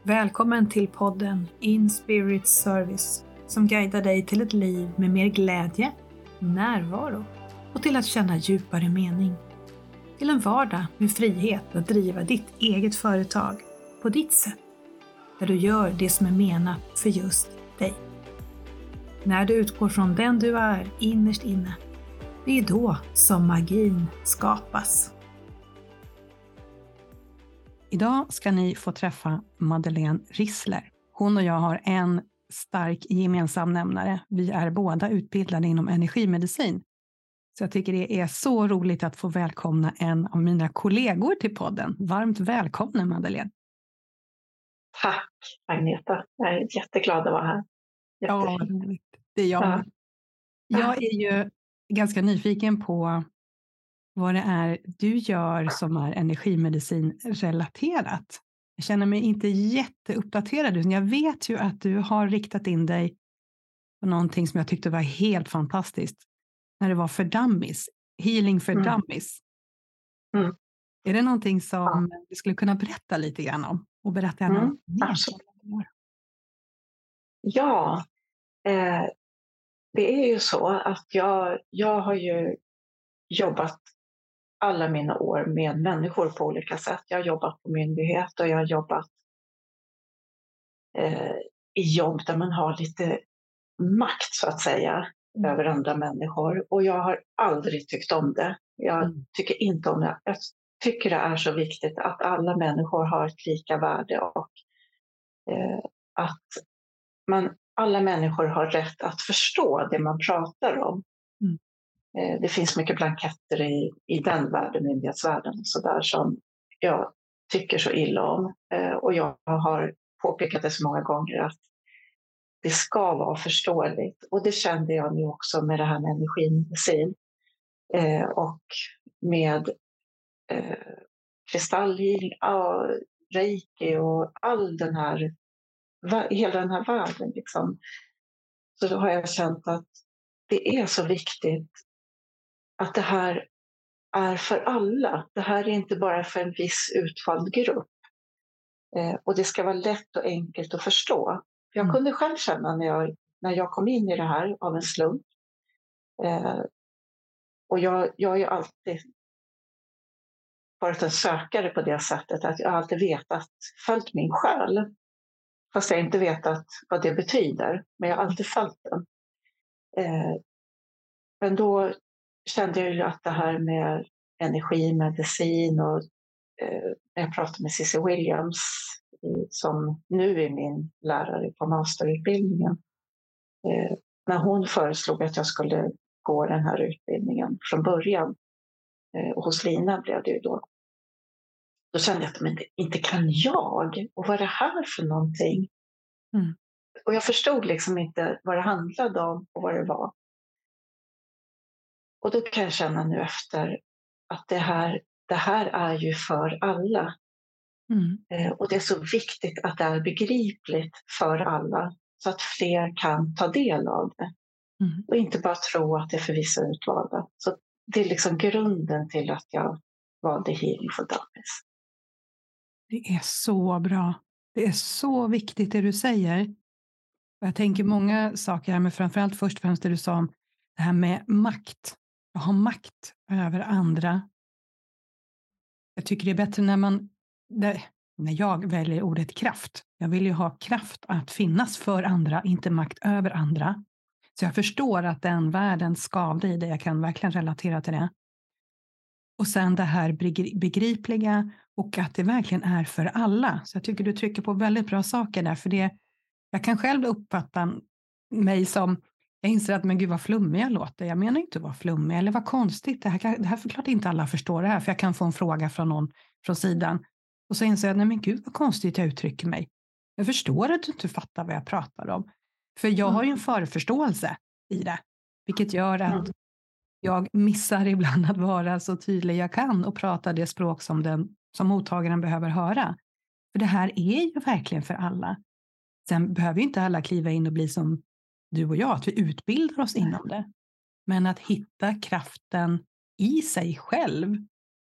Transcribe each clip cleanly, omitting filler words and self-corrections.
Välkommen till podden In Spirit Service som guidar dig till ett liv med mer glädje, närvaro och till att känna djupare mening. Till en vardag med frihet att driva ditt eget företag på ditt sätt, där du gör det som är menat för just dig. När du utgår från den du är innerst inne, det är då som magin skapas. Idag ska ni få träffa Madeleine Rissler. Hon och jag har en stark gemensam nämnare. Vi är båda utbildade inom energimedicin. Så jag tycker det är så roligt att få välkomna en av mina kollegor till podden. Varmt välkommen Madeleine. Tack Agneta, jag är jätteglad att vara här. Ja, det är jag. Ja. Jag är ju ganska nyfiken på vad det är du gör som är energimedicin-relaterat. Jag känner mig inte jätteuppdaterad, utan jag vet ju att du har riktat in dig på någonting som jag tyckte var helt fantastiskt. När det var för dummies. Healing för dummies. Mm. Är det någonting som du skulle kunna berätta lite grann om? Och berätta gärna absolut. Ja, det är ju så att jag har ju jobbat alla mina år med människor på olika sätt. Jag har jobbat på myndighet och jag har jobbat i jobb där man har lite makt så att säga över andra människor. Och jag har aldrig tyckt om det. Jag tycker inte om det. Jag tycker det är så viktigt att alla människor har ett lika värde och att alla människor har rätt att förstå det man pratar om. Det finns mycket blanketter i den världen, myndighetsvärlden och så där, som jag tycker så illa om. Och jag har påpekat det så många gånger att det ska vara förståeligt. Och det kände jag nu också med det här med energimedicin och med kristallhealing, reiki och hela den här världen. Liksom. Så då har jag känt att det är så viktigt att det här är för alla. Det här är inte bara för en viss utvald grupp. Och det ska vara lätt och enkelt att förstå. Jag kunde själv känna när jag kom in i det här av en slump. Och jag har ju alltid varit en sökare på det sättet att jag alltid följt min själ. Fast jag inte vetat vad det betyder. Men jag har alltid följt den. Men då kände jag ju att det här med energimedicin och jag pratade med Cissi Williams som nu är min lärare på masterutbildningen. När hon föreslog att jag skulle gå den här utbildningen från början och hos Lina blev det ju då. Då kände jag att men inte kan jag? Och vad är det här för någonting? Och jag förstod liksom inte vad det handlade om och vad det var. Och då kan jag känna nu efter att det här är ju för alla. Och det är så viktigt att det är begripligt för alla så att fler kan ta del av det. Och inte bara tro att det är för vissa utvalda. Så det är liksom grunden till att jag valde Healing for Dummies. Det är så bra. Det är så viktigt det du säger. Och jag tänker många saker här, men framförallt först och främst det du sa om det här med makt. Jag har makt över andra. Jag tycker det är bättre när jag väljer ordet kraft. Jag vill ju ha kraft att finnas för andra, inte makt över andra. Så jag förstår att den världen skavde i det. Jag kan verkligen relatera till det. Och sen det här begripliga och att det verkligen är för alla. Så jag tycker du trycker på väldigt bra saker där. För det, jag kan själv uppfatta mig som, jag inser att men gud vad flummig jag låter. Jag menar inte att vara flummig eller vad konstigt. Det här förklart inte alla förstår det här. För jag kan få en fråga från någon från sidan. Och så inser jag, nej men gud vad konstigt jag uttrycker mig. Jag förstår att du inte fattar vad jag pratar om. För jag har ju en förförståelse i det. Vilket gör att jag missar ibland att vara så tydlig jag kan och prata det språk som mottagaren behöver höra. För det här är ju verkligen för alla. Sen behöver ju inte alla kliva in och bli som du och jag, att vi utbildar oss inom det. Men att hitta kraften i sig själv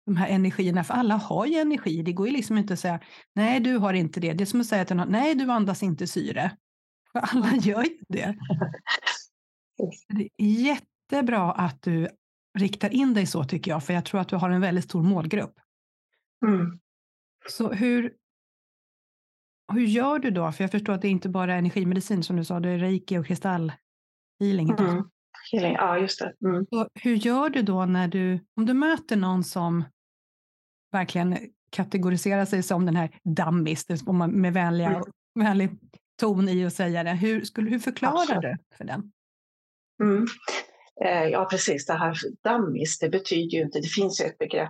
de här energierna, för alla har ju energi. Det går ju liksom inte att säga, nej du har inte det. Det är som att säga till någon, nej du andas inte syre. För alla gör ju det. Det är jättebra att du riktar in dig så tycker jag, för jag tror att du har en väldigt stor målgrupp. Mm. Så hur gör du då? För jag förstår att det inte bara är energimedicin som du sa, det är reiki och kristallhealing. Healing, ja just det. Mm. Så hur gör du då om du möter någon som verkligen kategoriserar sig som den här dammis, med vänlig ton i att säga det. Hur förklarar du för den? Mm. Ja, precis. Det här dammis, det betyder ju inte, det finns ju ett begrepp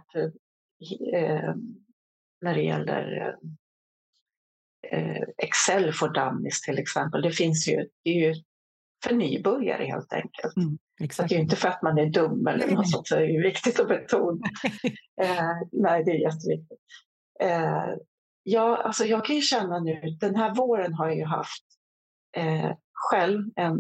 när det gäller Excel for dummies till exempel. Det är ju för nybörjare helt enkelt. Så det är ju inte för att man är dum eller något sånt, så det är ju viktigt att betona. Nej, det är jätteviktigt. Alltså jag kan ju känna nu, den här våren har jag ju haft själv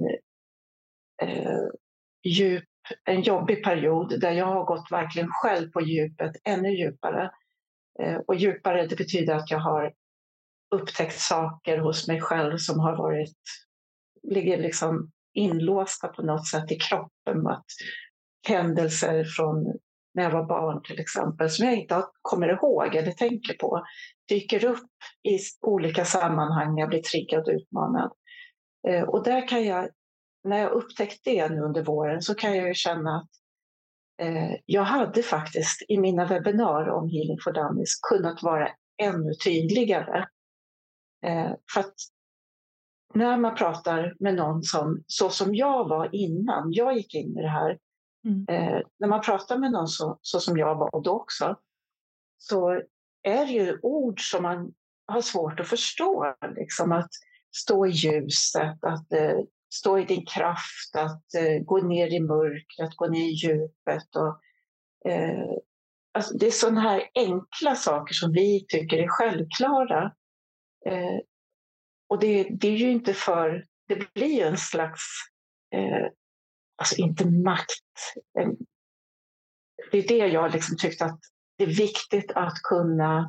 en jobbig period där jag har gått verkligen själv på djupet, ännu djupare. Och djupare, det betyder att jag har upptäckt saker hos mig själv som ligger liksom inlåsta på något sätt i kroppen. Att händelser från när jag var barn till exempel, som jag inte kommer ihåg eller tänker på, dyker upp i olika sammanhang när jag blir triggad och utmanad. Och där kan jag, när jag upptäckt det nu under våren, så kan jag ju känna att jag hade faktiskt i mina webbinar om Healing for Dummies kunnat vara ännu tydligare. För att när man pratar med någon så som jag var innan jag gick in i det här, när man pratar med någon så som jag var då också, så är det ju ord som man har svårt att förstå. Liksom att stå i ljuset, att stå i din kraft, att gå ner i mörkret, gå ner i djupet. Alltså det är sådana här enkla saker som vi tycker är självklara. Och det är ju inte det blir ju en slags, alltså inte makt. Det är det jag liksom tyckte att det är viktigt att kunna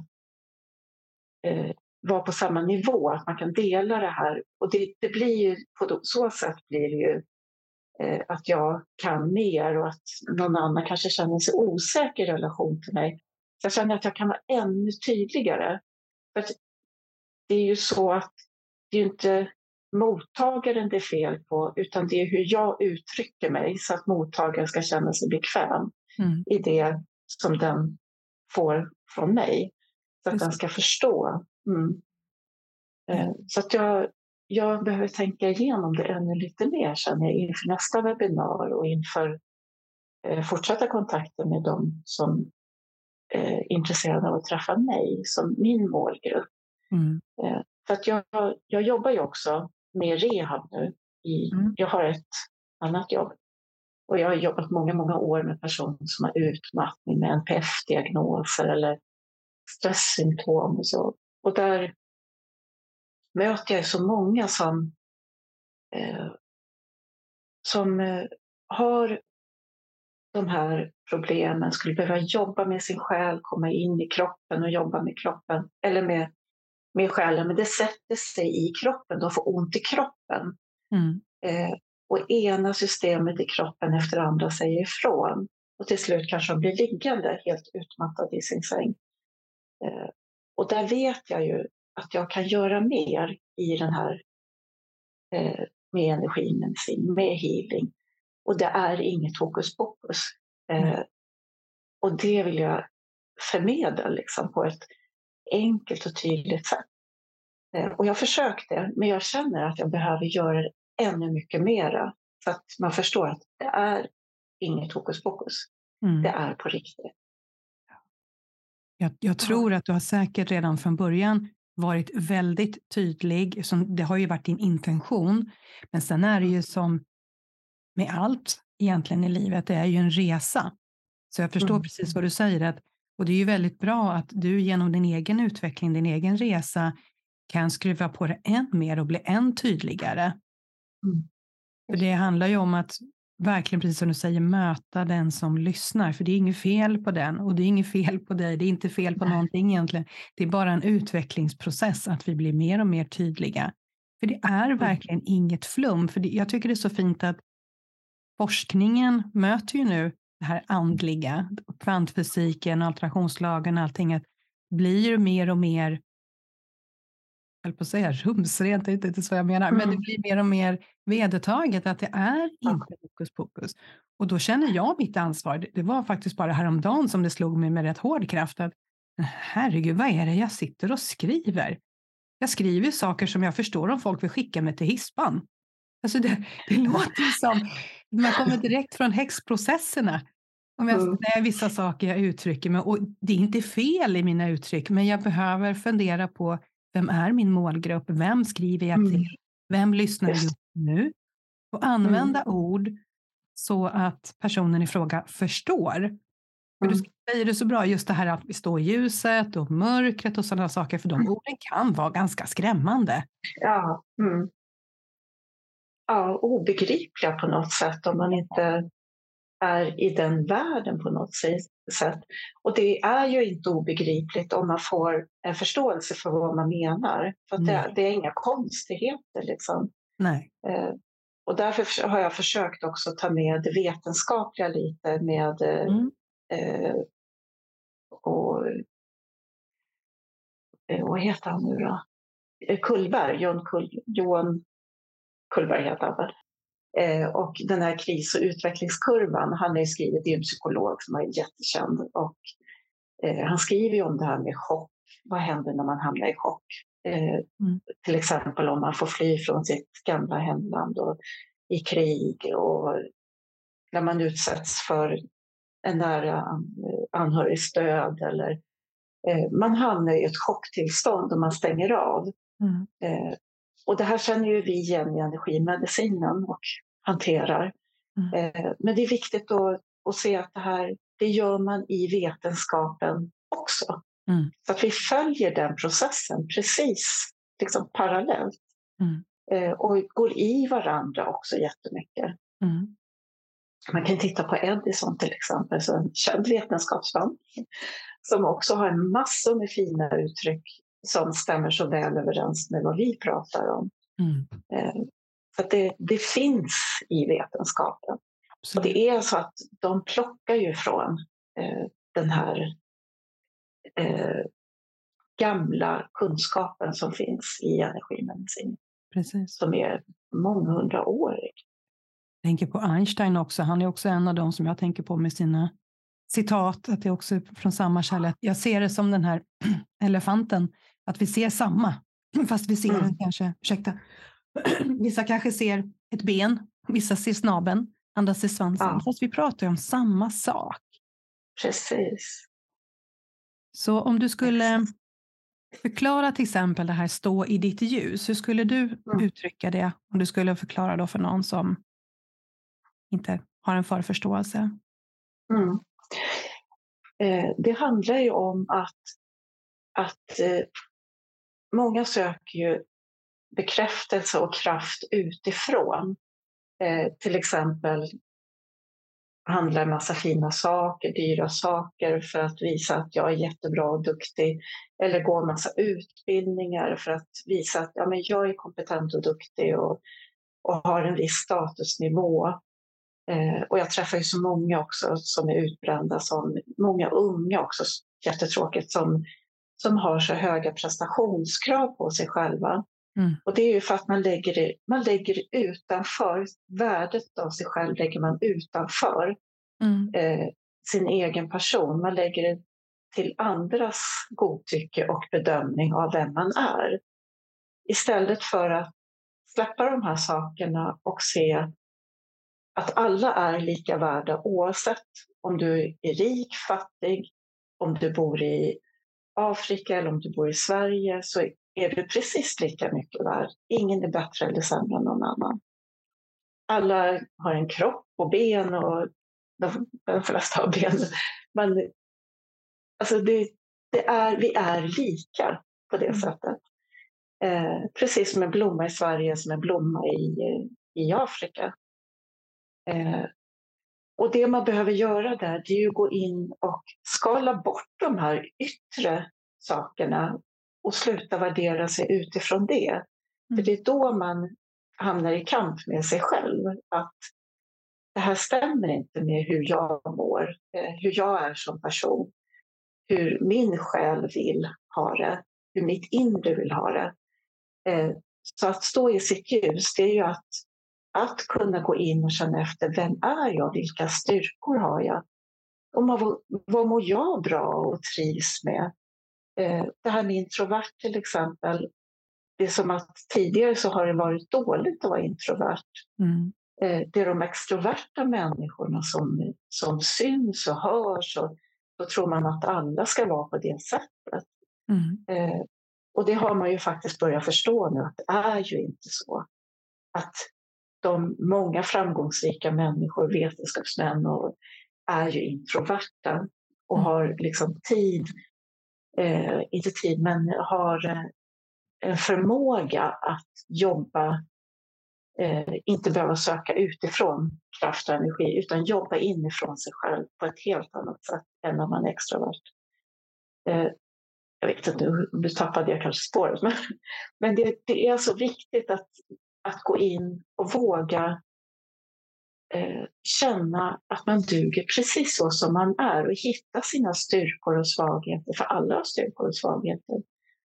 vara på samma nivå, att man kan dela det här. Och det blir ju, på så sätt blir det ju att jag kan mer och att någon annan kanske känner sig osäker i relation till mig. Så jag känner att jag kan vara ännu tydligare. För att det är ju så att det är ju inte mottagaren det är fel på, utan det är hur jag uttrycker mig så att mottagaren ska känna sig bekväm i det som den får från mig. Så att den ska förstå. Så att jag behöver tänka igenom det ännu lite mer, känner jag, inför nästa webbinar och inför fortsatta kontakter med dem som är intresserade av att träffa mig som min målgrupp. För att jag jobbar ju också med rehab nu. Jag har ett annat jobb. Och jag har jobbat många, många år med personer som har utmattning med NPF-diagnoser eller stresssymptom och så. Och där möter jag så många som har de här problemen, skulle behöva jobba med sin själ, komma in i kroppen och jobba med kroppen, eller med själen, men det sätter sig i kroppen, de får ont i kroppen. Och ena systemet i kroppen efter andra säger ifrån. Och till slut kanske de blir liggande helt utmattade i sin säng. Och där vet jag ju att jag kan göra mer i den här med energimedicin, med healing. Och det är inget hokus pokus. Och det vill jag förmedla liksom, på ett enkelt och tydligt sätt. Och jag försökte, men jag känner att jag behöver göra det ännu mycket mera. Så att man förstår att det är inget hokus pokus. Det är på riktigt. Jag tror att du har säkert redan från början varit väldigt tydlig. Det har ju varit din intention. Men sen är det ju som med allt egentligen i livet, det är ju en resa. Så jag förstår precis vad du säger. Och det är ju väldigt bra att du genom din egen utveckling, din egen resa, kan skruva på det än mer och bli än tydligare. För det handlar ju om att verkligen precis som du säger, möta den som lyssnar. För det är inget fel på den och det är inget fel på dig. Det är inte fel på någonting egentligen. Det är bara en utvecklingsprocess att vi blir mer och mer tydliga. För det är verkligen inget flum. För jag tycker det är så fint att forskningen möter ju nu det här andliga, kvantfysiken, alterationslagen och allting. Att blir mer och mer, jag höll på att säga rumsrent, det är inte så jag menar, men det blir mer och mer vedertaget att det är inte hokus pokus. Och då känner jag mitt ansvar. Det var faktiskt bara häromdagen som det slog mig med rätt hård kraft att herregud, vad är det jag sitter och skriver? Jag skriver saker som jag förstår om folk vill skicka mig till hispan. Alltså det låter ju som, man kommer direkt från häxprocesserna. Om jag säger vissa saker jag uttrycker mig, och det är inte fel i mina uttryck, men jag behöver fundera på vem är min målgrupp, vem skriver jag till, vem lyssnar just nu, och använda ord så att personen i fråga förstår. För du säger det så bra, just det här att vi står i ljuset och mörkret och sådana saker, för de orden kan vara ganska skrämmande. Ja, ja, obegripliga på något sätt om man inte är i den världen på något sätt. Och det är ju inte obegripligt om man får en förståelse för vad man menar. För att det är inga konstigheter liksom. Nej. Och därför har jag försökt också ta med det vetenskapliga lite med och vad heter han nu då? Kullberg, Johan Kullberg heter han väl. Och den här kris- och utvecklingskurvan, han har ju skrivit, det är en psykolog som är jättekänd, och han skriver ju om det här med chock. Vad händer när man hamnar i chock? Till exempel om man får fly från sitt gamla hemland och i krig, och när man utsätts för en nära anhörigs död, eller man hamnar i ett chocktillstånd och man stänger av. Och det här känner ju vi igen i energimedicinen och hanterar. Men det är viktigt att se att det gör man i vetenskapen också. Så att vi följer den processen precis liksom parallellt. Och går i varandra också jättemycket. Man kan titta på Edison till exempel, så en känd vetenskapsman som också har en massa med fina uttryck som stämmer så väl överens med vad vi pratar om. Så att det finns i vetenskapen. Absolut. Och det är så att de plockar ju från den här gamla kunskapen som finns i energimedicin. Precis. Som är månghundraårig. Jag tänker på Einstein också. Han är också en av dem som jag tänker på med sina citat. Att det är också från samma källa. Jag ser det som den här elefanten. Att vi ser samma. Fast vi ser den kanske, vissa kanske ser ett ben. Vissa ser snabeln. Andra ser svansen. Ja. Fast vi pratar om samma sak. Precis. Så om du skulle förklara till exempel det här stå i ditt ljus. Hur skulle du uttrycka det? Om du skulle förklara då för någon som inte har en förförståelse. Det handlar ju om att många söker ju bekräftelse och kraft utifrån. Till exempel handlar en massa fina saker, dyra saker för att visa att jag är jättebra och duktig. Eller gå en massa utbildningar för att visa att men jag är kompetent och duktig och har en viss statusnivå. Och jag träffar ju så många också som är utbrända, som många unga också, jättetråkigt, som har så höga prestationskrav på sig själva. Och det är ju för att man lägger utanför, värdet av sig själv lägger man utanför sin egen person. Man lägger det till andras godtycke och bedömning av vem man är. Istället för att släppa de här sakerna och se att alla är lika värda oavsett om du är rik, fattig, om du bor i Afrika eller om du bor i Sverige, så är du precis lika mycket värd. Ingen är bättre eller sämre än någon annan. Alla har en kropp och ben, och de flesta har ben. Men alltså vi är lika på det sättet. Precis som en blomma i Sverige som en blomma i Afrika. Eh, och det man behöver göra där, det är ju att gå in och skala bort de här yttre sakerna och sluta värdera sig utifrån det. För det är då man hamnar i kamp med sig själv. Att det här stämmer inte med hur jag mår, hur jag är som person, hur min själ vill ha det, hur mitt inre vill ha det. Så att stå i sitt ljus, det är ju att kunna gå in och känna efter, vem är jag, vilka styrkor har jag? Och vad mår jag bra och trivs med? Det här med introvert till exempel, det är som att tidigare så har det varit dåligt att vara introvert. Mm. Det är de extroverta människorna som syns och hörs, och då tror man att alla ska vara på det sättet. Och det har man ju faktiskt börjat förstå nu, att det är ju inte så. Att de många framgångsrika människor, vetenskapsmän, och är ju introverta och har liksom inte tid, men har en förmåga att jobba, inte behöva söka utifrån kraft och energi, utan jobba inifrån sig själv på ett helt annat sätt än när man är extrovert. Jag vet inte, nu tappade jag kanske spåret, men det är så viktigt att gå in och våga känna att man duger precis så som man är och hitta sina styrkor och svagheter, för alla har styrkor och svagheter.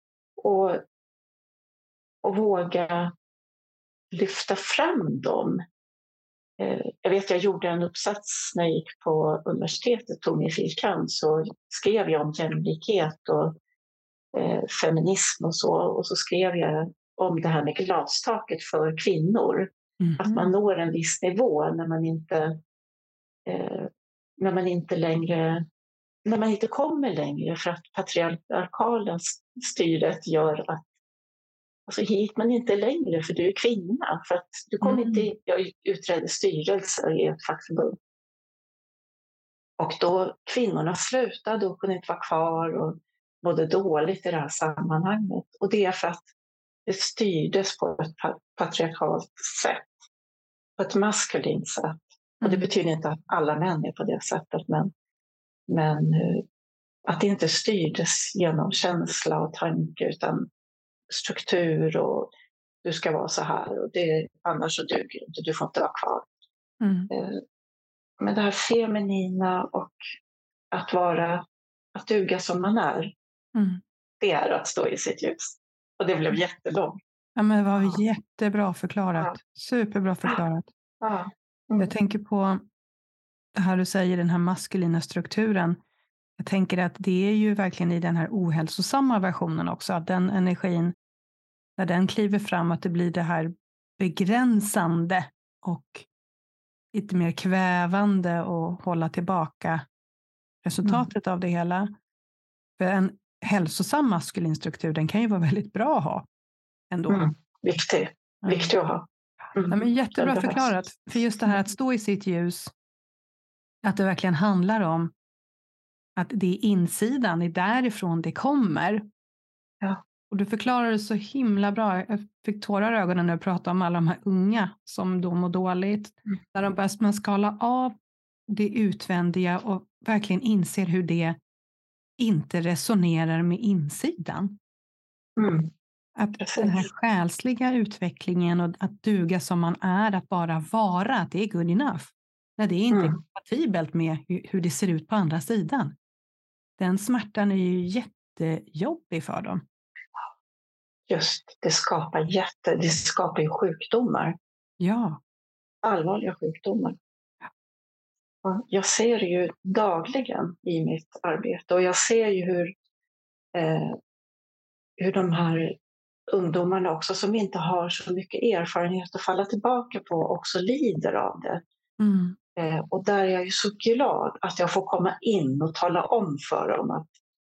Och våga lyfta fram dem. Jag vet, jag gjorde en uppsats när jag gick på universitetet, tog min fil.kand., så skrev jag om jämlikhet och feminism och så. Och så skrev jag om det här med glastaket för kvinnor. Att man når en viss nivå när man inte kommer längre, för att patriarkala styret gör att alltså, hit man inte längre för du är kvinna. För att du kommer inte, jag utredde styrelser i ett fackförbund. Och då kvinnorna slutade och kunde inte vara kvar och mådde dåligt i det här sammanhanget. Och det är för att det styrdes på ett patriarkalt sätt, på ett maskulint sätt. Och det betyder inte att alla män är på det sättet, men att det inte styrdes genom känsla och tanke, utan struktur, och du ska vara så här, och annars så duger inte, du får inte vara kvar. Men det här feminina och att duga som man är, det är att stå i sitt ljus. Och det blev jättelångt. Ja, men det var jättebra förklarat. Superbra förklarat. Jag tänker på det här du säger, den här maskulina strukturen. Jag tänker att det är ju verkligen i den här ohälsosamma versionen också, att den energin, när den kliver fram, att det blir det här begränsande och lite mer kvävande och hålla tillbaka resultatet av det hela. För en hälsosam maskulin struktur, den kan ju vara väldigt bra att ha ändå. Viktig att ha. Ja, men jättebra förklarat. För just det här att stå i sitt ljus, att det verkligen handlar om att det är insidan, det är därifrån det kommer. Ja. Och du förklarar det så himla bra. Jag fick tårar i ögonen när du pratade om alla de här unga som då mår dåligt. När de börjar skala av det utvändiga och verkligen inser hur det inte resonerar med insidan. Att den här själsliga utvecklingen och att duga som man är, att bara vara, att det är good enough. När det inte är kompatibelt med hur det ser ut på andra sidan. Den smärtan är ju jättejobbig för dem. Just, det skapar ju sjukdomar. Ja. Allvarliga sjukdomar. Jag ser det ju dagligen i mitt arbete, och jag ser ju hur de här ungdomarna också, som inte har så mycket erfarenhet att falla tillbaka på, också lider av det. Och där är jag ju så glad att jag får komma in och tala om för dem att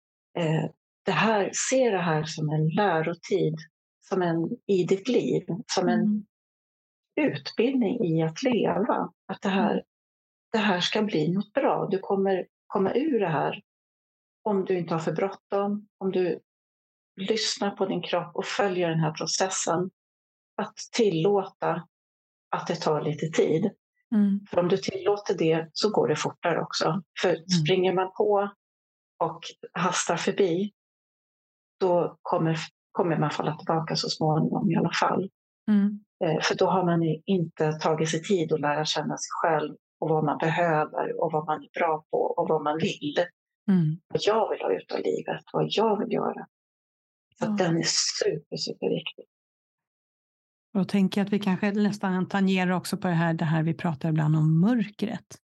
se det här som en lärotid, som i ditt liv, som en utbildning i att leva. Att det här ska bli något bra. Du kommer komma ur det här om du inte har för bråttom, om du lyssnar på din kropp och följer den här processen. Att tillåta att det tar lite tid. För om du tillåter det så går det fortare också. För springer man på och hastar förbi, då kommer man falla tillbaka så småningom i alla fall. För då har man inte tagit sig tid att lära känna sig själv och vad man behöver och vad man är bra på och vad man vill. Vad jag vill ha ut av livet, vad jag vill göra. Så att den är superviktig. Och då tänker jag att vi kanske nästan tangerar också på det här vi pratar ibland om mörkret.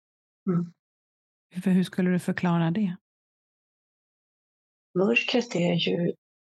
För hur skulle du förklara det? Mörkret är ju...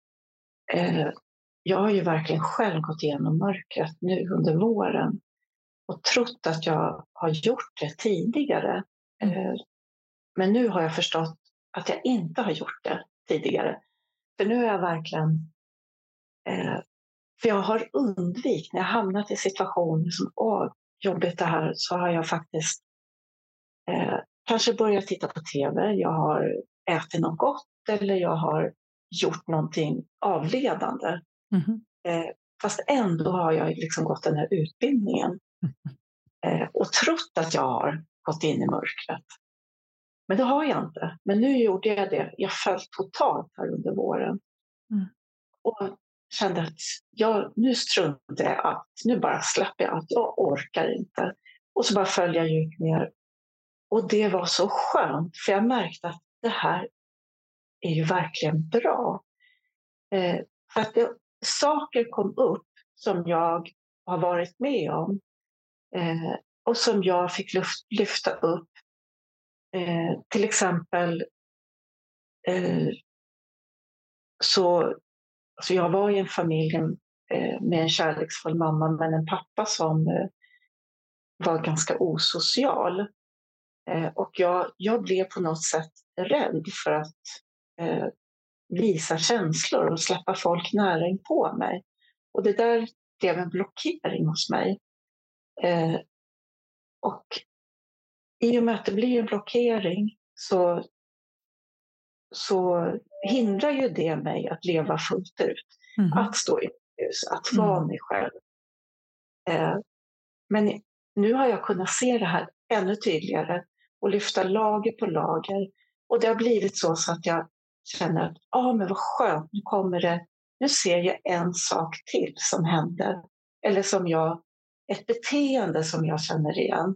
jag har ju verkligen själv gått igenom mörkret nu under våren och trott att jag har gjort det tidigare. Men nu har jag förstått att jag inte har gjort det tidigare. För nu är jag verkligen... för jag har undvikit, när jag hamnat i situationer som jobbigt det här, så har jag faktiskt kanske börjat titta på tv. Jag har ätit något gott eller jag har gjort någonting avledande. Fast ändå har jag liksom gått den här utbildningen och trott att jag har gått in i mörkret. Men det har jag inte. Men nu gjorde jag det. Jag föll totalt här under våren. Och kände att nu struntar jag allt. Nu bara släpper jag allt. Jag orkar inte. Och så bara föll jag djupt ner. Och det var så skönt. För jag märkte att det här är ju verkligen bra. För att saker kom upp som jag har varit med om. Och som jag fick lyfta upp. Till exempel så jag var i en familj med en kärleksfull mamma men en pappa som var ganska osocial. Och jag blev på något sätt rädd för att visa känslor och släppa folk nära in på mig. Och det där blev en blockering hos mig. Och i och med att det blir en blockering så hindrar ju det mig att leva fullt ut. Att stå i ljus, att vara mig själv. Men nu har jag kunnat se det här ännu tydligare och lyfta lager på lager. Och det har blivit så att jag känner att men vad skönt, nu ser jag en sak till som händer. Eller ett beteende som jag känner igen.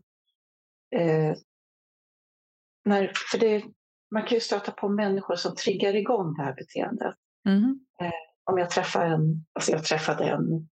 Man kan ju stöta på människor som triggar igång det här beteendet. Om jag träffade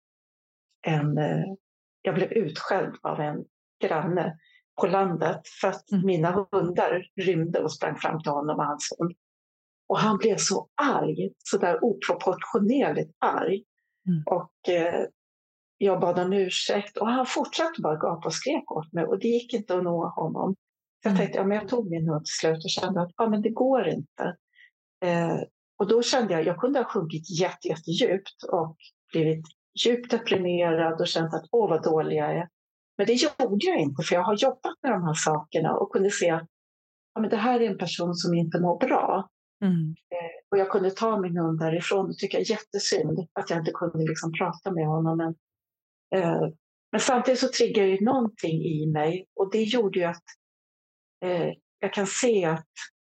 jag blev utskälld av en granne på landet för att mina hundar rymde och sprang fram till honom och hans hund. Och han blev så arg, så där oproportionerligt arg. Och jag bad om ursäkt och han fortsatte bara gapa och skrek åt mig och det gick inte att nå honom. Så jag tänkte, jag tog min hund till slut och kände att men det går inte. Och då kände jag kunde ha sjunkit jättedjupt och blivit djupt deprimerad och känt att vad dålig jag är. Men det gjorde jag inte, för jag har jobbat med de här sakerna och kunde se att men det här är en person som inte mår bra. Och jag kunde ta min hund därifrån och tycka jättesynd att jag inte kunde liksom prata med honom. Men samtidigt så triggade ju någonting i mig och det gjorde ju att jag kan se att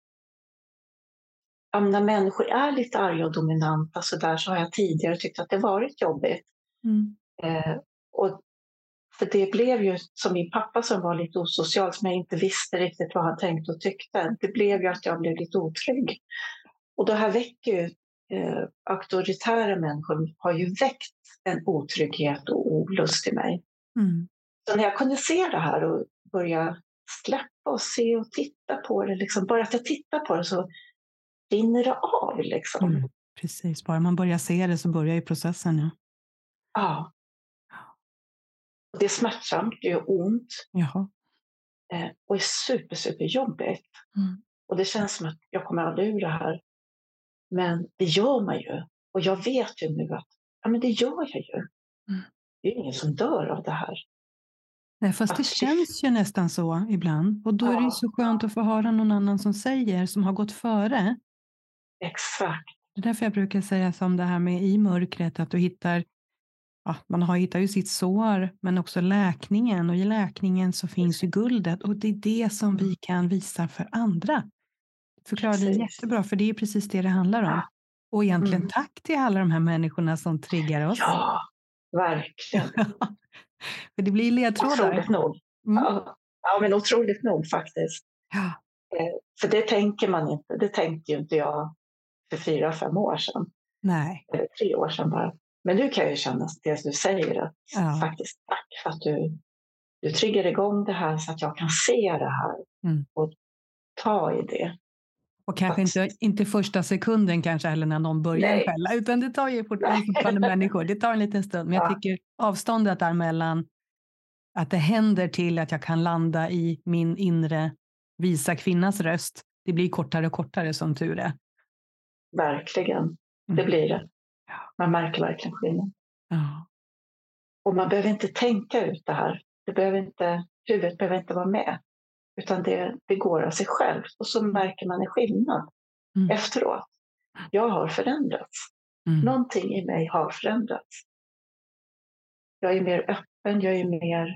när människor är lite arga och dominanta så har jag tidigare tyckt att det varit jobbigt. Och för det blev ju som min pappa som var lite osocial, som jag inte visste riktigt vad han tänkte och tyckte. Det blev ju att jag blev lite otrygg. Och det här väcker ju, auktoritära människor har ju väckt en otrygghet och olust i mig. Så när jag kunde se det här och börja släppa och se och titta på det, liksom, bara att jag tittar på det så rinner det av. Liksom. Precis, bara man börjar se det så börjar ju processen. Ja. Och det är smärtsamt, det gör ont. Och är superjobbigt. Och det känns som att jag kommer aldrig ur det här. Men det gör man ju. Och jag vet ju nu att men det gör jag ju. Det är ingen som dör av det här. Nej, fast det känns ju nästan så ibland. Och då är det ju så skönt att få höra någon annan som har gått före. Exakt. Det är därför jag brukar säga som det här med i mörkret, att du hittar ja, man har hittat ju sitt sår, men också läkningen. Och i läkningen så finns ju guldet. Och det är det som vi kan visa för andra. Förklara det Precis. jättebra, för det är precis det handlar om. Och egentligen Mm. tack till alla de här människorna som triggar oss. Ja, verkligen. För det blir ledtrådar. Otroligt nog. Mm. Ja, men otroligt nog faktiskt. Ja, För det tänker man inte. Det tänkte ju inte jag för 4-5 år sedan. nej. Eller 3 år sedan bara. Men nu kan jag ju känna det du säger. Att Ja. faktiskt tack för att du triggar igång det här så att jag kan se det här. Mm. Och ta i det. Och kanske inte första sekunden kanske heller när någon börjar Nej. skälla, utan det tar ju Nej. fortfarande människor. Det tar en liten stund, men jag Ja. tycker avståndet där mellan att det händer till att jag kan landa i min inre visa kvinnas röst, det blir kortare och kortare som tur är. Verkligen. Det blir det. Man märker verkligen skillnad. Ja. Och man behöver inte tänka ut det här. Huvudet behöver inte vara med. Utan det går av sig själv. Och så märker man en skillnad efteråt. Jag har förändrats. Någonting i mig har förändrats. Jag är mer öppen, jag är mer...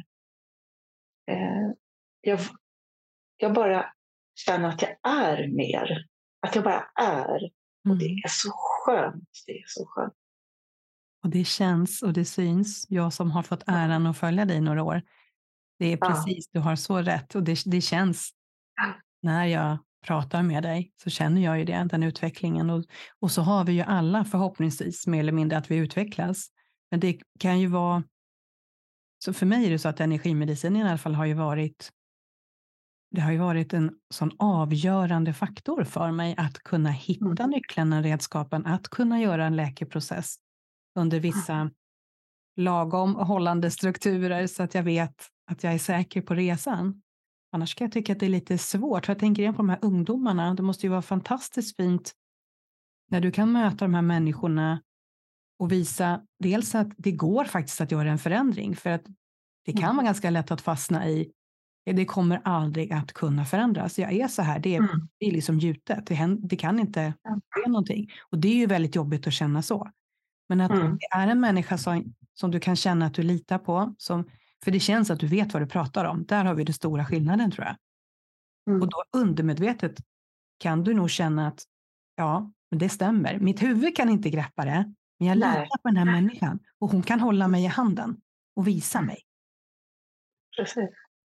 jag bara känner att jag är mer. Att jag bara är. Och det är så skönt. Det är så skönt. Och det känns och det syns. Jag som har fått äran att följa dig några år. Det är precis, du har så rätt. Och det känns när jag pratar med dig, så känner jag ju det, den utvecklingen. Och så har vi ju alla förhoppningsvis mer eller mindre att vi utvecklas. Men det kan ju vara... Så för mig är det så att energimedicinen i alla fall har ju varit... Det har ju varit en sån avgörande faktor för mig att kunna hitta nycklarna, redskapen, att kunna göra en läkeprocess under vissa lagom hållande strukturer så att jag vet att jag är säker på resan. Annars kan jag tycka att det är lite svårt. För jag tänker igen på de här ungdomarna. Det måste ju vara fantastiskt fint när du kan möta de här människorna och visa dels att det går faktiskt att göra en förändring. För att det kan vara ganska lätt att fastna i det kommer aldrig att kunna förändras. Jag är så här, det är liksom gjutet. Det kan inte ske någonting. Och det är ju väldigt jobbigt att känna så. Men att det är en människa som du kan känna att du litar på. För det känns att du vet vad du pratar om. Där har vi den stora skillnaden, tror jag. Och då undermedvetet kan du nog känna att ja, men det stämmer. Mitt huvud kan inte greppa det. Men jag litar på den här människan. Och hon kan hålla mig i handen och visa mig. Precis.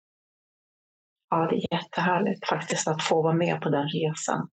Ja, det är jättehärligt faktiskt att få vara med på den resan.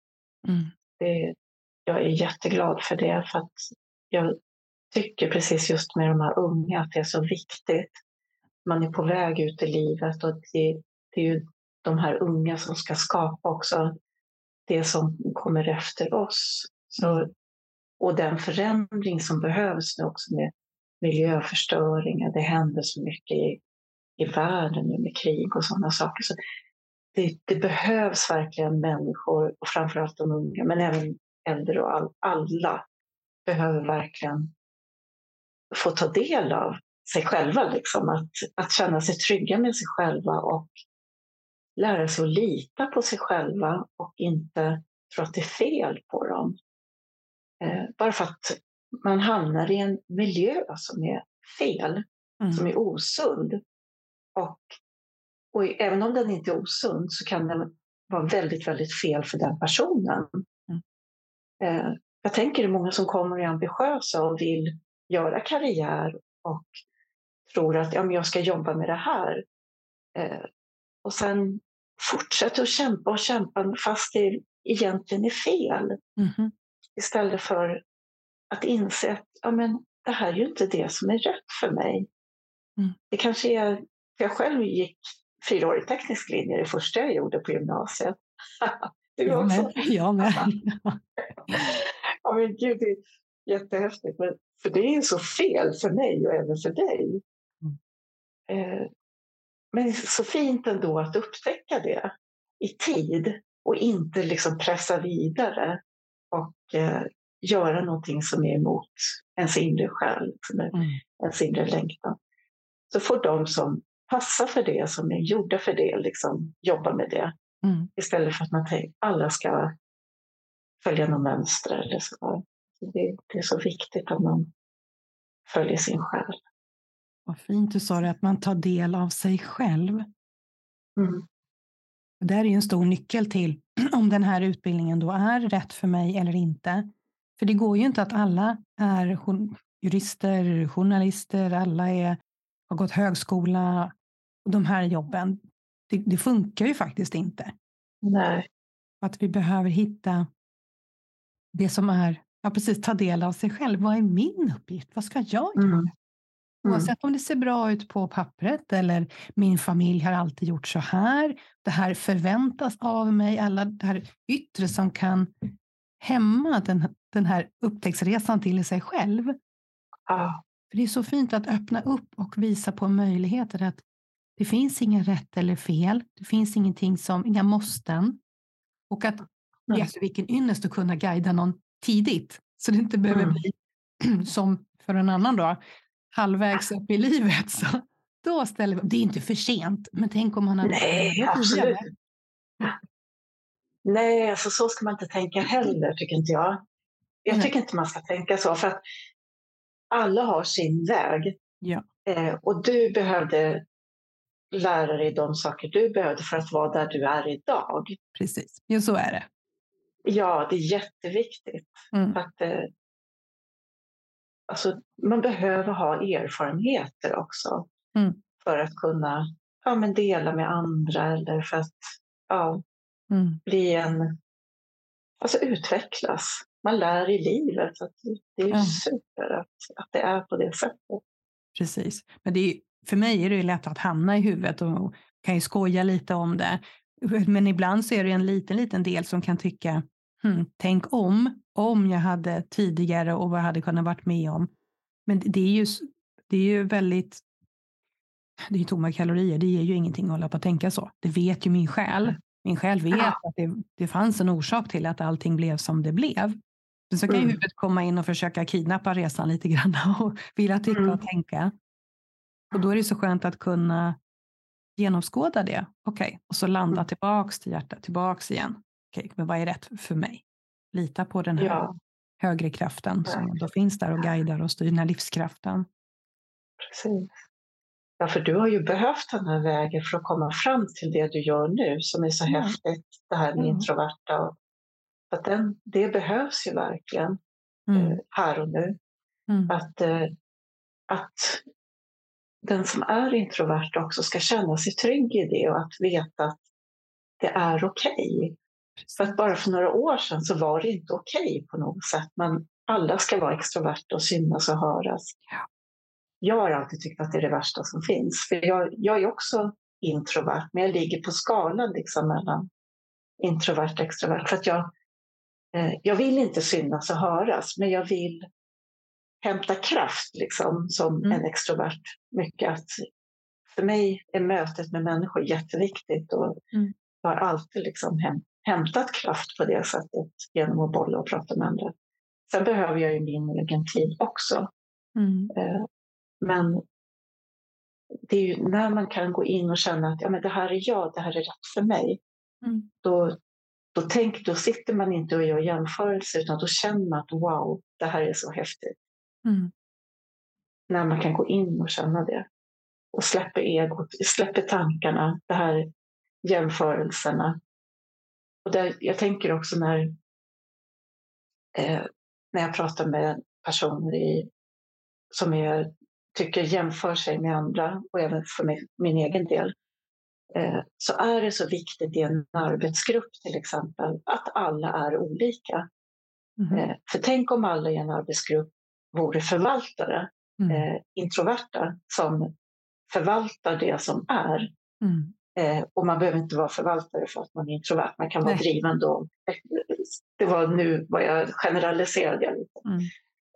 Jag är jätteglad för det. För att jag tycker precis just med de här unga att det är så viktigt. Man är på väg ut i livet och det är ju de här unga som ska skapa också det som kommer efter oss. Och den förändring som behövs nu också med miljöförstöringar. Det händer så mycket i världen nu med krig och sådana saker. Så det behövs verkligen människor, och framförallt de unga, men även äldre och alla behöver verkligen få ta del av sig själva. Liksom. Att känna sig trygga med sig själva och lära sig att lita på sig själva och inte tro att det är fel på dem. Bara för att man hamnar i en miljö som är fel, som är osund. Och även om den inte är osund så kan den vara väldigt, väldigt fel för den personen. Jag tänker det är många som kommer och är ambitiösa och vill göra karriär och tror att ja, men jag ska jobba med det här. Och sen fortsätter att kämpa fast det egentligen är fel. Istället för att inse att ja, men det här är ju inte det som är rätt för mig. Det kanske är, för jag själv gick 4-årig teknisk linje, det första jag gjorde på gymnasiet. Du också? Jag med. Ja, men gud, det är jättehäftigt. Men, för det är så fel för mig och även för dig. Men så fint ändå att upptäcka det i tid och inte liksom pressa vidare och göra någonting som är emot ens inre själ, ens inre längtan. Så får de som passar för det, som är gjorda för det, liksom jobba med det. Istället för att man tänker alla ska följa någon mönster eller så. Det är så viktigt att man följer sin själ. Vad fint du sa det, att man tar del av sig själv. Mm. Det där är ju en stor nyckel till om den här utbildningen då är rätt för mig eller inte. För det går ju inte att alla är jurister, journalister, alla har gått högskola och de här jobben. Det funkar ju faktiskt inte. Nej. Att vi behöver hitta det som är, ja precis, ta del av sig själv. Vad är min uppgift? Vad ska jag göra? Mm. Oavsett om det ser bra ut på pappret eller min familj har alltid gjort så här. Det här förväntas av mig. Alla det här yttre som kan hämma den här upptäcktsresan till sig själv. Ja. För det är så fint att öppna upp och visa på möjligheter. Att det finns inga rätt eller fel. Det finns inga måsten. Och att det är alltså vilken ynnest att kunna guida någon tidigt. Så det inte behöver bli som för en annan då. Halvvägs upp i livet. Så då ställer vi, det är inte för sent. Men tänk om man hade Nej, absolut. Nej, alltså så ska man inte tänka heller, tycker inte jag. Jag tycker inte man ska tänka så, för att alla har sin väg. Ja. Och du behövde lära dig de saker du behövde för att vara där du är idag. Precis, ja så är det. Ja, det är jätteviktigt. För att, alltså, man behöver ha erfarenheter också för att kunna dela med andra eller för att bli utvecklas. Man lär i livet. Så att det är super att det är på det sättet. Precis. Men för mig är det lätt att hamna i huvudet och kan ju skoja lite om det. Men ibland så är det en liten del som kan tycka, tänk om jag hade tidigare och vad jag hade kunnat varit med om. Men det är ju väldigt, det är ju tomma kalorier, det ger ju ingenting att hålla på att tänka så. Det vet ju min själ. Min själ vet att det fanns en orsak till att allting blev som det blev. Men så kan ju huvudet komma in och försöka kidnappa resan lite grann och vilja tycka och tänka. Och då är det så skönt att kunna genomskåda det. Okej, och så landa tillbaks till hjärtat, tillbaks igen. Okej, men vad är rätt för mig? Lita på den här högre kraften som då finns där och guidar och styr den här livskraften. Precis. Ja, för du har ju behövt den här vägen för att komma fram till det du gör nu som är så häftigt, det här med introverta. Att det behövs ju verkligen här och nu. Att den som är introvert också ska känna sig trygg i det och att veta att det är okej. För att bara för några år sedan så var det inte okej på något sätt. Men alla ska vara extroverta och synas och höras. Jag har alltid tyckt att det är det värsta som finns. För jag är också introvert, men jag ligger på skalan liksom mellan introvert och extrovert. För att jag vill inte synas och höras, men jag vill hämta kraft liksom, som en extrovert. Mycket att för mig är mötet med människor jätteviktigt och jag har alltid liksom hämtat kraft på det sättet genom att bolla och prata med andra. Sen behöver jag ju min egen tid också. Men det är ju när man kan gå in och känna att men det här är jag, det här är rätt för mig. Då sitter man inte och gör jämförelser utan då känner man att wow, det här är så häftigt. När man kan gå in och känna det. Och släpper egot, släpper tankarna, det här jämförelserna. Och jag tänker också när jag pratar med personer som jag tycker jämför sig med andra och även för min egen del, så är det så viktigt i en arbetsgrupp till exempel att alla är olika. För tänk om alla i en arbetsgrupp vore förvaltare, introverta som förvaltar det som är. Och man behöver inte vara förvaltare för att man är introvert. Man kan vara drivande. Det var nu vad jag generaliserade lite.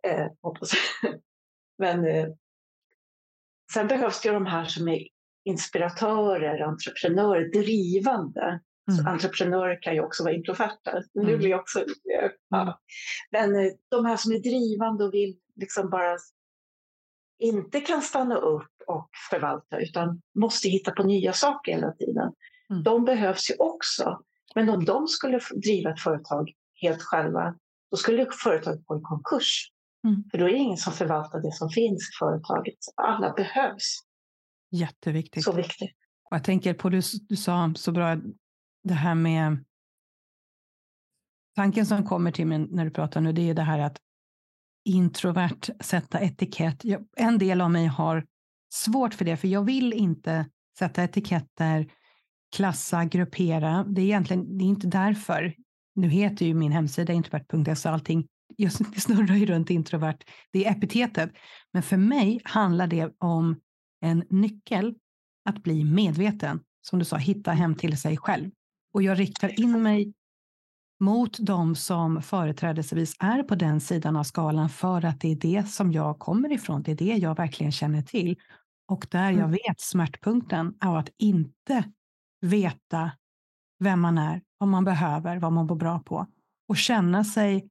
Men sen behövs det ju de här som är inspiratörer, entreprenörer, drivande. Så entreprenörer kan ju också vara introverta. Nu blir jag också... Men de här som är drivande och vill liksom bara inte kan stanna upp och förvalta utan måste hitta på nya saker hela tiden. De behövs ju också. Men om de skulle driva ett företag helt själva, då skulle företaget gå i konkurs. För då är det ingen som förvaltar det som finns i företaget. Alla behövs. Jätteviktigt. Så viktigt. Och jag tänker på, du sa så bra, det här med tanken som kommer till mig när du pratar nu, det är det här att introvert sätta etikett. En del av mig har svårt för det, för jag vill inte sätta etiketter, klassa, gruppera. Det är inte därför. Nu heter ju min hemsida introvert.se och allting. Det snurrar ju runt introvert. Det är epitetet. Men för mig handlar det om en nyckel att bli medveten. Som du sa, hitta hem till sig själv. Och jag riktar in mig mot de som företrädesvis är på den sidan av skalan, för att det är det som jag kommer ifrån. Det är det jag verkligen känner till. Och där jag vet smärtpunkten av att inte veta vem man är, vad man behöver, vad man blir bra på. Och känna sig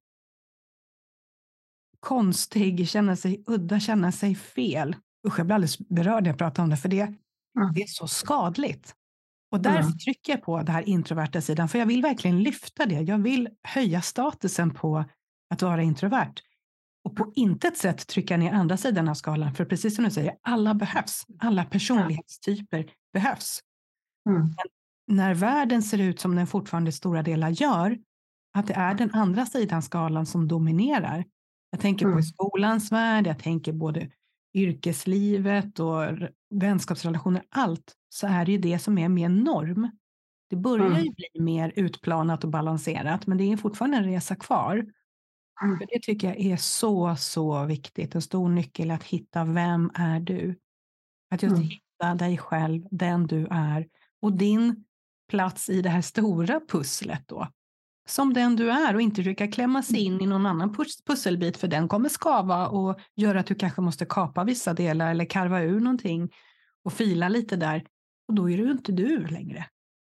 konstig, känna sig udda, känna sig fel. Usch, jag blir alldeles berörd när jag pratar om det, för det är så skadligt. Och därför trycker jag på det här introverta sidan, för jag vill verkligen lyfta det. Jag vill höja statusen på att vara introvert. Och på intet sätt trycka ner andra sidan av skalan, för precis som du säger, alla behövs. Alla personlighetstyper behövs. Men när världen ser ut som den fortfarande i stora delar gör, att det är den andra sidan skalan som dominerar. Jag tänker på i skolans värld, jag tänker både yrkeslivet och vänskapsrelationer, allt, så är det ju det som är mer norm. Det börjar ju bli mer utplanat och balanserat, men det är fortfarande en resa kvar. För det tycker jag är så, så viktigt. En stor nyckel att hitta, vem är du? Att just hitta dig själv, den du är. Och din plats i det här stora pusslet då. Som den du är, och inte försöka klämma sig in i någon annan pusselbit, för den kommer skava och göra att du kanske måste kapa vissa delar eller karva ur någonting och fila lite där. Och då är det ju inte du längre.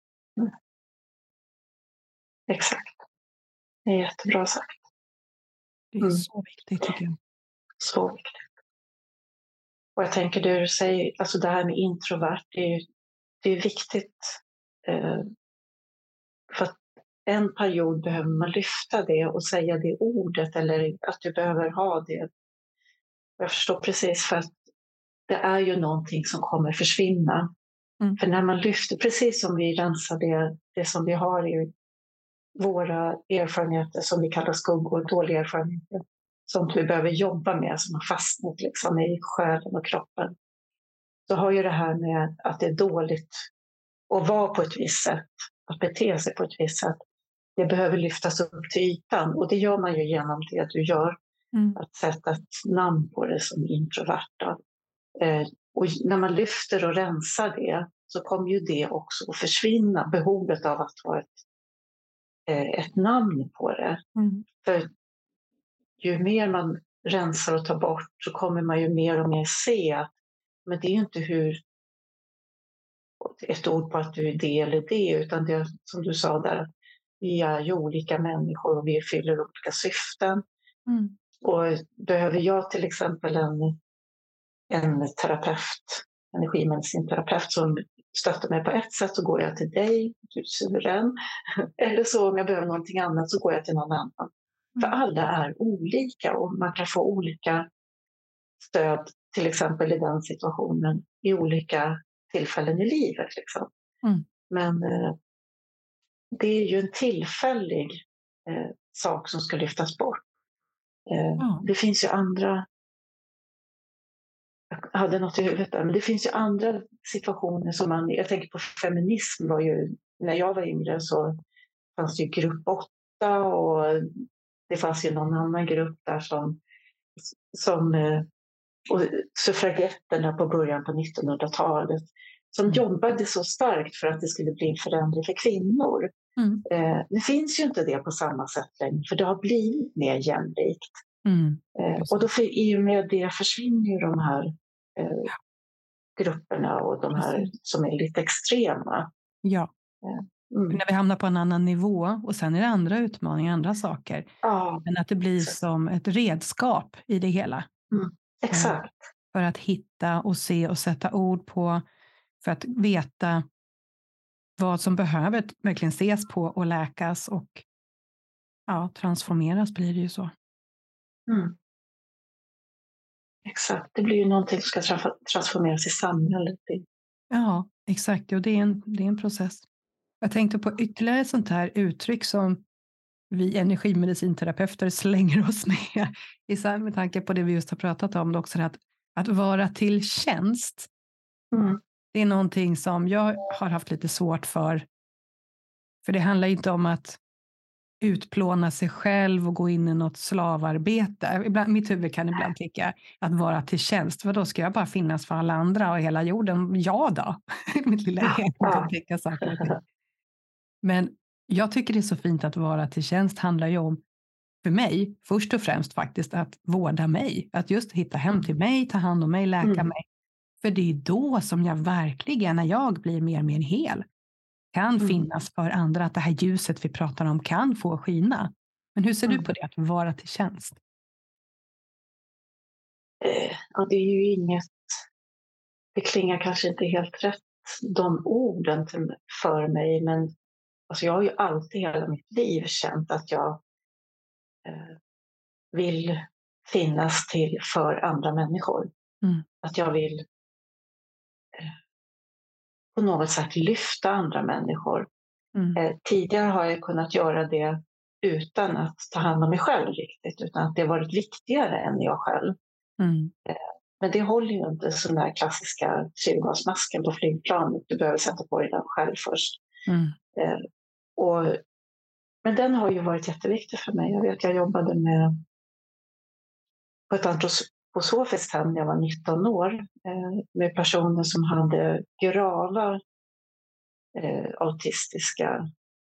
Exakt. Det är jättebra sagt. Det är så viktigt tycker jag. Så viktigt. Och jag tänker det du säger, alltså det här med introvert, det är viktigt. För att en period behöver man lyfta det och säga det ordet, eller att du behöver ha det. Jag förstår precis, för att det är ju någonting som kommer försvinna. För när man lyfter, precis som vi rensar det som vi har i våra erfarenheter som vi kallar skuggor, dåliga erfarenheter, som vi behöver jobba med, som har fastnat liksom i själen och kroppen. Så har ju det här med att det är dåligt att vara på ett visst sätt, att bete sig på ett visst sätt, det behöver lyftas upp till ytan, och det gör man ju genom det du gör, att sätta ett namn på det som introverta. Och när man lyfter och rensar det, så kommer ju det också att försvinna, behovet av att ha ett namn på det. För ju mer man rensar och tar bort, så kommer man ju mer och mer se att men det är ju inte ett ord på att du är det eller det, utan det är som du sa där, vi är ju olika människor och vi fyller olika syften. Och behöver jag till exempel en terapeut, energimedicinterapeut som stöttar mig på ett sätt, så går jag till dig, du är suverän. Eller så om jag behöver någonting annat så går jag till någon annan. För alla är olika och man kan få olika stöd, till exempel i den situationen, i olika tillfällen i livet. Liksom. Men det är ju en tillfällig sak som ska lyftas bort. Det finns ju andra, jag hade något i huvudet där, men det finns ju andra situationer som jag tänker på feminism, var ju, när jag var yngre så fanns det ju grupp 8 och det fanns ju någon annan grupp där som och suffragetterna på början på 1900-talet som jobbade så starkt för att det skulle bli en förändring för kvinnor. Det finns ju inte det på samma sätt längre, för det har blivit mer jämlikt. Och då i och med det försvinner ju de här grupperna och de här som är lite extrema. Ja. När vi hamnar på en annan nivå, och sen är det andra utmaningar, andra saker. Men att det blir som ett redskap i det hela. Exakt. För att hitta och se och sätta ord på, för att veta vad som behöver verkligen ses på och läkas och transformeras, blir det ju så. exakt. Det blir ju någonting som ska transformeras i samhället. Ja, exakt. Och det är en process. Jag tänkte på ytterligare ett sånt här uttryck som vi energimedicinterapeuter slänger oss med tanke på det vi just har pratat om. Det också att vara till tjänst. Mm. Det är någonting som jag har haft lite svårt för det handlar inte om att utplåna sig själv och gå in i något slavarbete. Mitt huvud kan ibland tycka att vara till tjänst. För då ska jag bara finnas för alla andra och hela jorden. Ja då, mitt lilla ego kan tänka saker och ting. Men jag tycker det är så fint att vara till tjänst handlar ju om, för mig, först och främst faktiskt att vårda mig. Att just hitta hem till mig, ta hand om mig, läka mig. För det är då som jag verkligen, när jag blir mer och mer hel, kan finnas för andra, att det här ljuset vi pratar om kan få skina. Men hur ser du på det, att vara till tjänst? Ja, det är ju inget, det klingar kanske inte helt rätt, de orden för mig, men alltså jag har ju alltid hela mitt liv känt att jag vill finnas till för andra människor. Att jag vill på något sätt lyfta andra människor. Tidigare har jag kunnat göra det utan att ta hand om mig själv riktigt, utan att det har varit viktigare än jag själv. Men det håller ju inte, sån där klassiska syrgasmasken på flygplanet. Du behöver sätta på dig den själv först. Men den har ju varit jätteviktig för mig. Jag vet, jag jobbade på ett antroposofiskt hem när jag var 19 år med personer som hade grava autistiska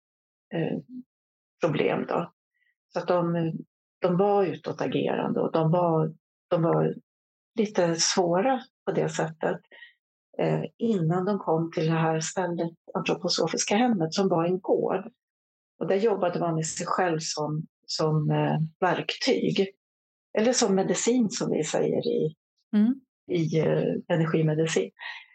problem. Då. Så att de var utåtagerande och de var lite svåra på det sättet innan de kom till det här stället, antroposofiska hemmet, som var en gård. Och där jobbade man med sig själv som verktyg. Eller som medicin, som vi säger i energimedicin.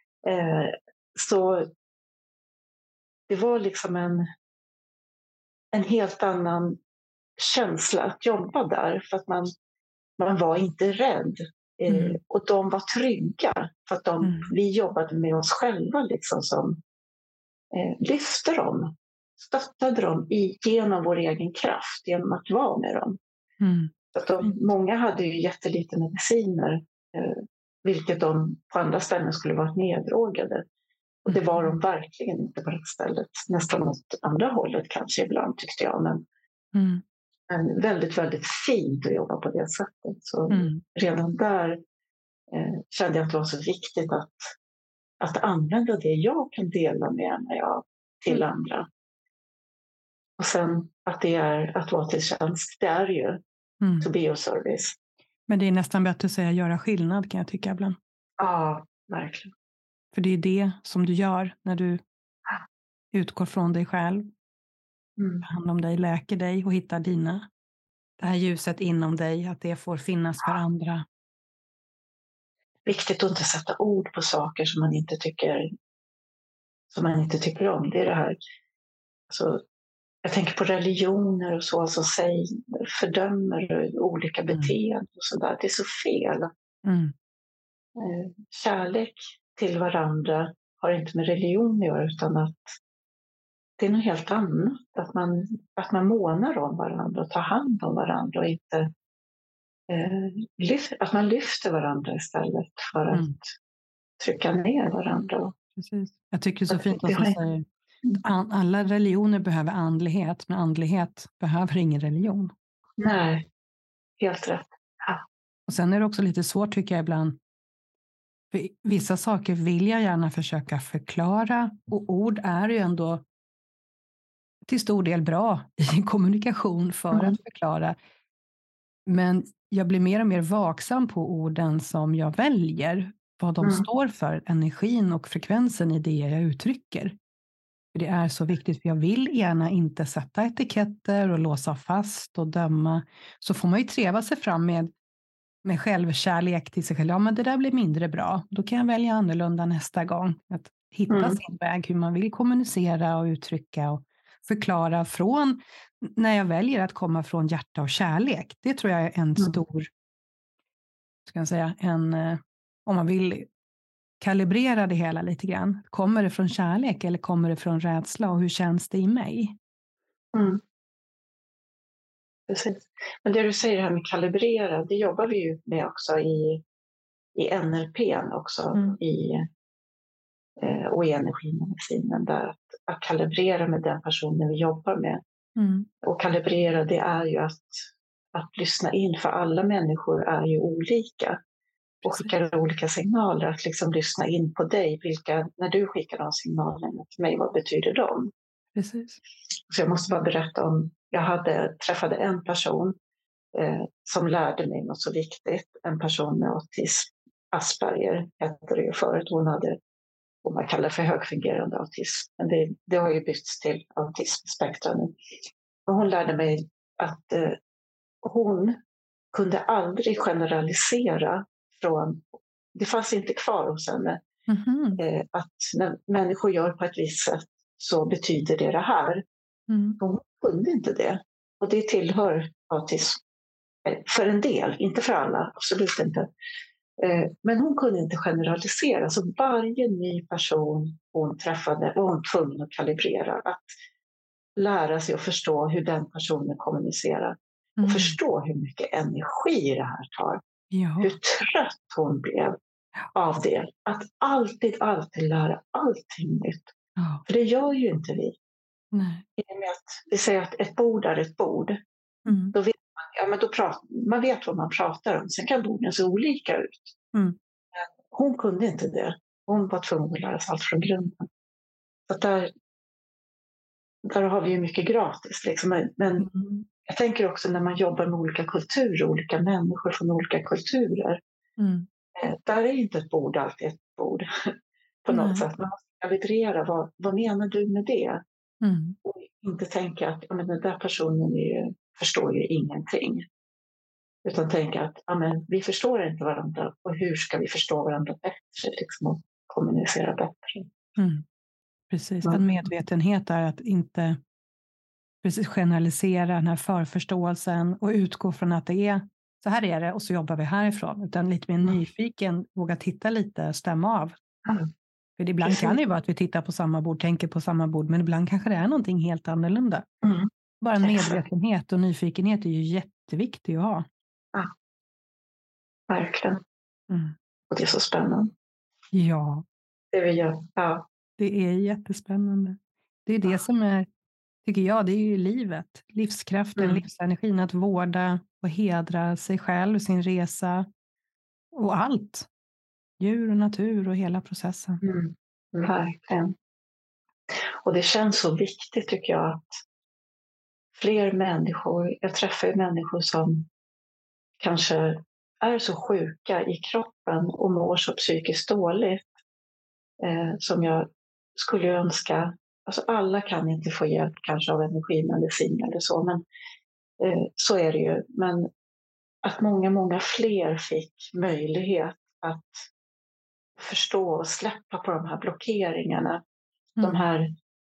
Så det var liksom en helt annan känsla att jobba där. För att man var inte rädd. Och de var trygga. För att vi jobbade med oss själva liksom, som lyfte dem. Stöttade dem genom vår egen kraft. Genom att vara med dem. Så att många hade ju jättelite mediciner. Vilket de på andra ställen skulle varit neddrogade. Och det var de verkligen inte på det stället. Nästan åt andra hållet kanske ibland, tyckte jag. Men väldigt, väldigt fint att jobba på det sättet. Så redan där kände jag att det var så viktigt att använda det jag kan dela med mig av till andra. Och sen att det är att vara till tjänst, det är ju to be of service. Men det är nästan bättre att säga göra skillnad, kan jag tycka ibland. Ja, verkligen. För det är det som du gör när du utgår från dig själv. Tar hand om dig, läker dig och hittar det här ljuset inom dig, att det får finnas för andra. Viktigt att inte sätta ord på saker som man inte tycker om. Det är det här. Alltså, jag tänker på religioner och så, som fördömer olika beteenden och sådär. Det är så fel. Kärlek till varandra har inte med religion att göra, utan att det är något helt annat. Att man månar om varandra och tar hand om varandra och inte att man lyfter varandra istället för att trycka ner varandra. Precis. Jag tycker det är så fint att du säger alla religioner behöver andlighet, men andlighet behöver ingen religion. Nej, helt rätt. Ja. Och sen är det också lite svårt, tycker jag ibland. För vissa saker vill jag gärna försöka förklara, och ord är ju ändå till stor del bra i kommunikation för att förklara. Men jag blir mer och mer vaksam på orden som jag väljer, vad de står för, energin och frekvensen i det jag uttrycker. För det är så viktigt, för jag vill gärna inte sätta etiketter och låsa fast och döma. Så får man ju treva sig fram med självkärlek till sig själv. Ja, men det där blir mindre bra. Då kan jag välja annorlunda nästa gång. Att hitta sin väg, hur man vill kommunicera och uttrycka och förklara från när jag väljer att komma från hjärta och kärlek. Det tror jag är en stor ska jag säga, om man vill kalibrera det hela lite grann. Kommer det från kärlek eller kommer det från rädsla och hur känns det i mig? Mm. Precis. Men det du säger här med kalibrera, det jobbar vi ju med också i NLP också, och i energimedicinen, där att kalibrera med den personen vi jobbar med. Och kalibrera, det är ju att lyssna in, för alla människor är ju olika och skickar olika signaler. Att liksom lyssna in på dig, när du skickar de signalerna till mig, vad betyder de? Precis. Så jag måste bara berätta om, jag träffade en person som lärde mig något så viktigt. En person med autism, Asperger hette det ju förut. Hon hade vad man kallar för högfungerande autism. Men det har ju bytts till autismspektrum nu. Och hon lärde mig att hon kunde aldrig generalisera det fanns inte kvar hos henne, att när människor gör på ett visst sätt så betyder det här. Hon kunde inte det. Och det tillhör autism. För en del, inte för alla, absolut inte. Men hon kunde inte generalisera, så varje ny person hon träffade var hon tvungen att kalibrera, att lära sig att förstå hur den personen kommunicerar och förstå hur mycket energi det här tar. Ja. Hur trött hon blev av det. Att alltid lära allting nytt. Ja. För det gör ju inte vi. Nej. I och med att vi säger att ett bord är ett bord. Då vet man vet vad man pratar om. Sen kan borden se olika ut. Men hon kunde inte det. Hon var tvungen att lära sig allt från grunden. Så där har vi ju mycket gratis. Liksom. Men jag tänker också när man jobbar med olika kulturer, olika människor från olika kulturer. Där är inte ett bord alltid ett bord på något sätt. Man måste kalibrera, vad menar du med det? Och inte tänka att den där personen förstår ju ingenting. Utan tänka att vi förstår inte varandra, och hur ska vi förstå varandra bättre, liksom, och kommunicera bättre. Precis, en medvetenhet är att inte precis generalisera den här förförståelsen och utgå från att det är så här är det och så jobbar vi härifrån, utan lite mer nyfiken, våga titta lite, stämma av. För ibland kan det ju vara att vi tittar på samma bord, tänker på samma bord, men ibland kanske det är någonting helt annorlunda. Bara en medvetenhet och nyfikenhet är ju jätteviktigt att ha. Ja, verkligen. Och det är så spännande. Ja. Det vi gör. Ja. Det är jättespännande. Det är det som är, tycker jag, det är ju livet. Livskraften, livsenergin, att vårda och hedra sig själv, sin resa och allt. Djur och natur och hela processen. Verkligen. Och det känns så viktigt, tycker jag, att fler människor, jag träffar ju människor som kanske är så sjuka i kroppen och mår så psykiskt dåligt, som jag skulle önska. Alltså alla kan inte få hjälp kanske av energimedicin eller så, men så är det ju. Men att många fler fick möjlighet att förstå och släppa på de här blockeringarna. De här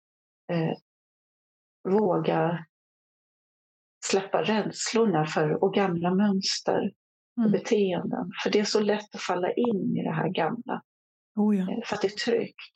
våga släppa rädslorna och gamla mönster och beteenden. För det är så lätt att falla in i det här gamla. För att det är tryggt.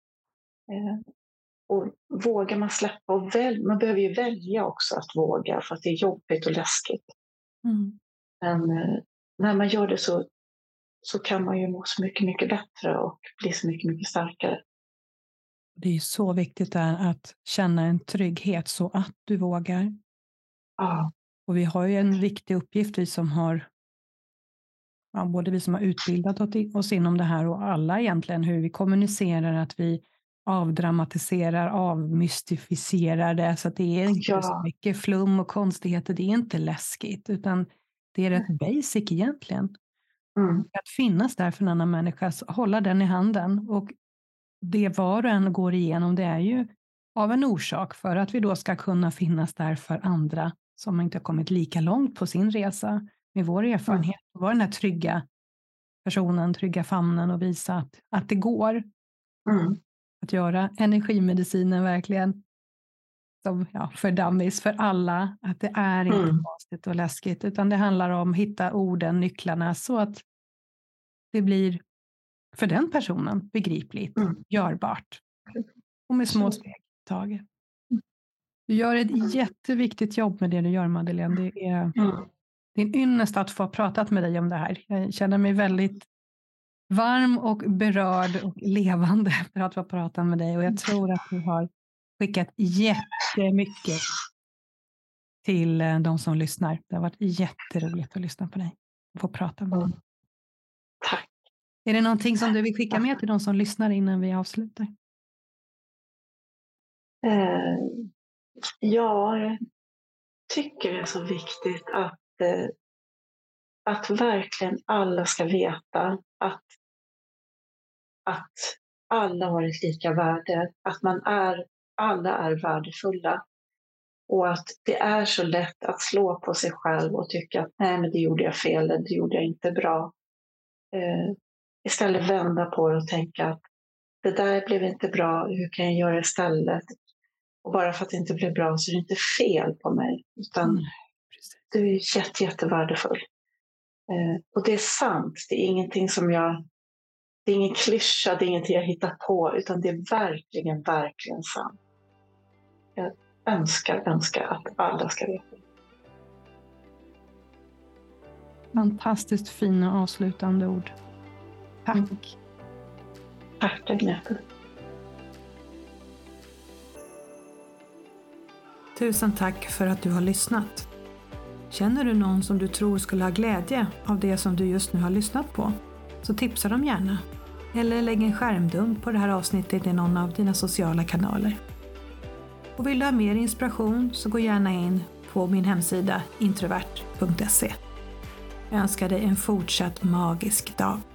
Och vågar man släppa och man behöver ju välja också att våga, för att det är jobbigt och läskigt. Men när man gör det så kan man ju må så mycket, mycket bättre och bli så mycket, mycket starkare. Det är så viktigt där att känna en trygghet så att du vågar. Ja. Och vi har ju en viktig uppgift, vi som har, både vi som har utbildat oss inom det här och alla egentligen, hur vi kommunicerar, att vi avdramatiserar, avmystificerar det, så att det är inte så mycket flum och konstigheter, det är inte läskigt, utan det är rätt basic egentligen. Att finnas där för en annan människa, hålla den i handen, och det var och en går igenom, det är ju av en orsak, för att vi då ska kunna finnas där för andra som inte har kommit lika långt på sin resa med vår erfarenhet. Vara den här trygga personen, trygga famnen och visa att det går. Att göra energimedicinen verkligen som för dummies, för alla, att det är inte konstigt och läskigt, utan det handlar om att hitta orden, nycklarna, så att det blir för den personen begripligt, görbart och med små steg taget. Du gör ett jätteviktigt jobb med det du gör, Madeleine. Det är en ynnest att få pratat med dig om det här. Jag känner mig väldigt varm och berörd och levande efter att få prata med dig, och jag tror att du har skickat jättemycket till de som lyssnar. Det har varit jätteroligt att lyssna på dig och få prata med dig. Tack. Är det någonting som du vill skicka med till de som lyssnar innan vi avslutar? Jag tycker det är så viktigt att verkligen alla ska veta att alla har ett lika värde, att alla är värdefulla, och att det är så lätt att slå på sig själv och tycka att nej, men det gjorde jag fel, det gjorde jag inte bra. Istället vända på det och tänka att det där blev inte bra, hur kan jag göra istället? Och bara för att det inte blev bra så är det inte fel på mig, utan du är jättevärdefull. Och det är sant, det är ingenting det är ingen klyscha, det är ingenting jag hittar på, utan det är verkligen sant. Jag önskar att alla ska veta. Fantastiskt fina avslutande ord. Tack. Tack, Agneta. Tusen tack för att du har lyssnat. Känner du någon som du tror skulle ha glädje av det som du just nu har lyssnat på, så tipsa dem gärna. Eller lägg en skärmdump på det här avsnittet i någon av dina sociala kanaler. Och vill du ha mer inspiration, så gå gärna in på min hemsida introvert.se. Jag önskar dig en fortsatt magisk dag.